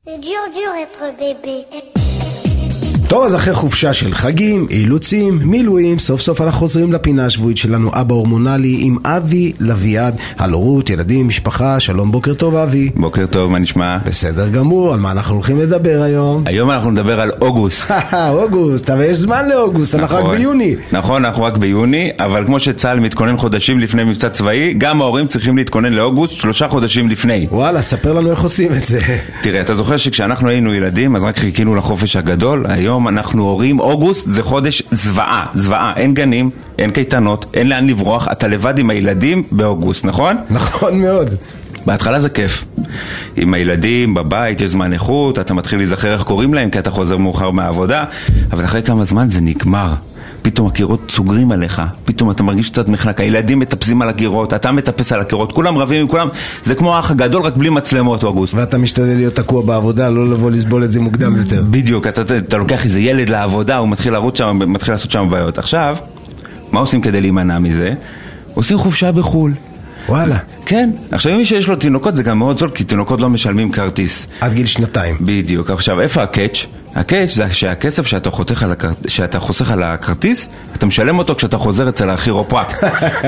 C'est dur être bébé. טוב, אז אחרי חופשה של חגים, אילוצים, מילואים, סוף סוף אנחנו חוזרים לפינה השבועית שלנו, אבא הורמונלי עם אבי לביעד, על הורות, ילדים, משפחה. שלום, בוקר טוב אבי. בוקר טוב, מה נשמע? בסדר גמור. על מה אנחנו הולכים לדבר היום? היום אנחנו נדבר על אוגוסט. אוגוסט, אבל יש זמן לאוגוסט, אנחנו רק ביוני. נכון, אנחנו רק ביוני, אבל כמו שצה"ל מתכונן חודשים לפני מבצע צבאי, גם ההורים צריכים להתכונן לאוגוסט 3 חודשים לפני. וואלה, ספר לנו איך עושים את זה. תראה, אתה זוכר שכשאנחנו היינו ילדים, אז רק חיכינו לחופש הגדול. היום אנחנו הורים, אוגוסט זה חודש זוועה, אין גנים, אין קייטנות, אין לאן לברוח, אתה לבד עם הילדים באוגוסט, נכון? נכון מאוד. בהתחלה זה כיף. עם הילדים בבית יש זמן איכות, אתה מתחיל להיזכר איך קוראים להם כי אתה חוזר מאוחר מהעבודה, אבל אחרי כמה זמן זה נגמר. פתאום הקירות סוגרים עליך, פתאום אתה מרגיש קצת מחנק, הילדים מטפסים על הקירות, אתה מטפס על הקירות, כולם רבים עם כולם, זה כמו האח הגדול רק בלי מצלמות אוגוסט. ואתה משתדל להיות תקוע בעבודה, לא לבוא לסבול את זה מוקדם יותר. בדיוק, אתה לוקח איזה ילד לעבודה, הוא מתחיל לרוץ שם, מתחיל לעשות שם בעיות. עכשיו, מה עושים כדי להימנע מזה? עושים חופשה בחול. וואלה. כן, עכשיו מי שיש לו תינוקות זה גם מאוד זול, כי תינוקות לא משלמים כרטיס. עד גיל 2. בדיוק, עכשיו איפה הקאץ'? הקאץ' זה שהכסף שאתה חוסך על הכרטיס, אתה משלם אותו כשאתה חוזר אצל הכירופרקט.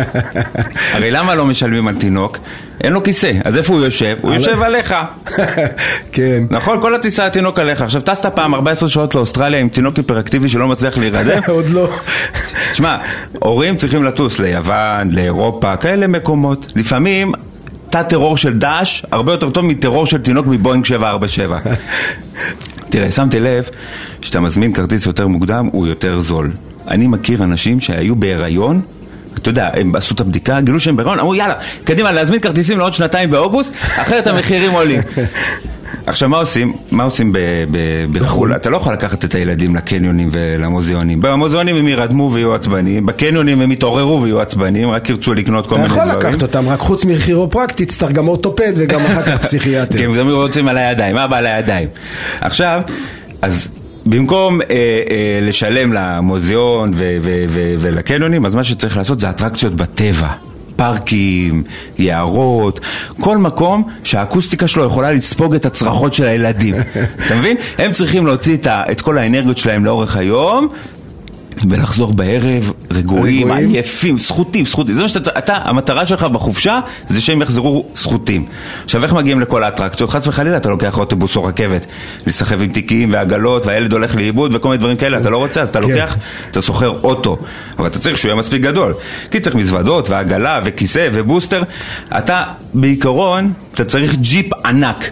הרי למה לא משלמים על תינוק? אין לו כיסא, אז איפה הוא יושב? הוא יושב עליך. כן. נכון, כל הטיסה התינוק עליך. עכשיו טסת פעם 14 שעות לאוסטרליה עם תינוק היפראקטיבי שלא מצליח להירדם? עוד לא. שמע, הורים צריכים לטוס ליוון, לאירופה, כאלה מקומות. לפעמים תא טרור של דאעש הרבה יותר טוב מטרור של תינוק מבואינג 747. תראה, שמתי לב שאתה מזמין כרטיס יותר מוקדם הוא יותר זול. אני מכיר אנשים שהיו בהיריון, אתה יודע, הם עשו את הבדיקה, גילו שהם בהיריון, אמרו יאללה, קדימה, להזמין כרטיסים לעוד 2 באוגוסט, אחרת המחירים עולים. עכשיו מה עושים בחול? אתה לא יכול לקחת את הילדים לקניונים ולמוזיאונים. במוזיאונים הם ירדמו ויהיו עצבנים, בקניונים הם יתעוררו ויהיו עצבנים, רק ירצו לקנות כל מיני דברים. אתה יכול לקחת אותם, רק חוץ מכירופרקט תצטרך גם אורתופד וגם אחר כך פסיכיאטר. כן, הם רוצים על הידיים, מה בא על הידיים? עכשיו, אז במקום לשלם למוזיאון ולקניונים, אז מה שצריך לעשות זה אטרקציות בטבע. פארקים, יערות, כל מקום שהאקוסטיקה שלו יכולה לספוג את הצרחות של הילדים. אתה מבין? הם צריכים להוציא את כל האנרגיות שלהם לאורך היום ולחזור בערב רגועים, עייפים, סחוטים. זה מה המטרה שלך בחופשה זה שהם יחזרו סחוטים. עכשיו איך מגיעים לכל האטרקציות? חס וחלילה אתה לוקח אוטובוס או רכבת לסחב עם תיקים ועגלות והילד הולך לאיבוד וכל מיני דברים כאלה, אתה לא רוצה, אז אתה לוקח, אתה סוחר אוטו, אבל אתה צריך שהוא יהיה מספיק גדול, כי צריך מזוודות ועגלה וכיסא ובוסטר. אתה בעיקרון אתה צריך ג'יפ ענק.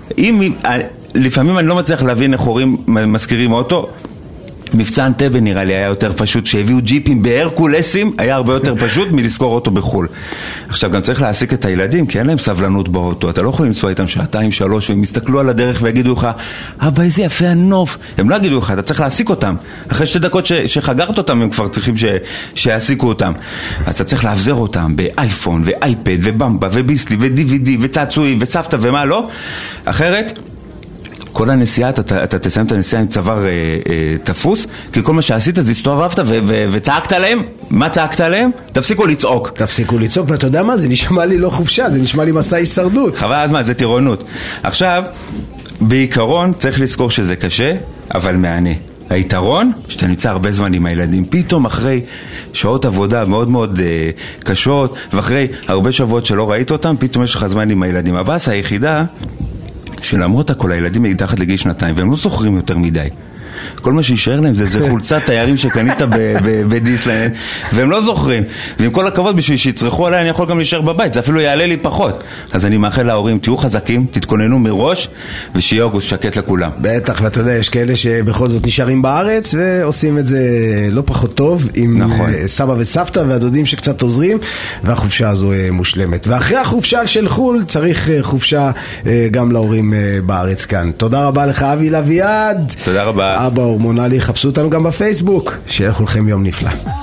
לפעמים אני לא מצליח להבין איך הורים מזכירים אוטו. מבצע אנטבה נראה לי היה יותר פשוט, שהביאו ג'יפים בהרקולסים היה הרבה יותר פשוט מלזכור אוטו בחול. עכשיו גם צריך להעסיק את הילדים כי אין להם סבלנות באוטו, אתה לא יכול לנסוע איתם 2-3 והם יסתכלו על הדרך ויגידו לך אבא איזה יפה הנוף, הם לא יגידו לך, אתה צריך להעסיק אותם אחרי 2 דקות שחגרת אותם הם כבר צריכים שיעסיקו אותם, אז אתה צריך להבזר אותם באייפון ואייפד ובמבה וביסלי ו-DVD וצעצועים וסבתא ומה לא, אחרת כל הנסיעה, אתה תסיים את הנסיעה עם צוואר תפוס, כי כל מה שעשית זה הסתובבת וצעקת עליהם. מה צעקת עליהם? תפסיקו לצעוק. תפסיקו לצעוק, ואתה יודע מה? זה נשמע לי לא חופשה, זה נשמע לי מסע הישרדות. חבל הזמן, זה טירונות. עכשיו, בעיקרון צריך לזכור שזה קשה, אבל מענה. היתרון, שאתה נמצא הרבה זמן עם הילדים, פתאום אחרי שעות עבודה מאוד מאוד קשות, ואחרי הרבה שבועות שלא ראית אותם, פתאום יש לך זמן עם הילדים. הבאסה היחידה שלמרות הכל הילדים מתחת לגיל 2 והם לא זוכרים יותר מדי. כל מה שישאר להם זה חולצת תיירים שקנית בדיסלנד והם לא זוכרים, ועם כל הכבוד בשביל שיצרכו עליי אני יכול גם להישאר בבית, זה אפילו יעלה לי פחות. אז אני מאחל להורים, תהיו חזקים, תתכוננו מראש ושיהיה אוגוסט שקט לכולם. בטח, ואתה יודע, יש כאלה שבכל זאת נשארים בארץ ועושים את זה לא פחות טוב עם סבא וסבתא והדודים שקצת עוזרים, והחופשה הזו מושלמת. ואחרי החופשה של חול צריך חופשה גם להורים בארץ כאן. תודה רבה לך אבי לביעד. תודה רבה. אבא הורמונלי, חפשו אותנו גם בפייסבוק. שיהיה לכולכם יום נפלא.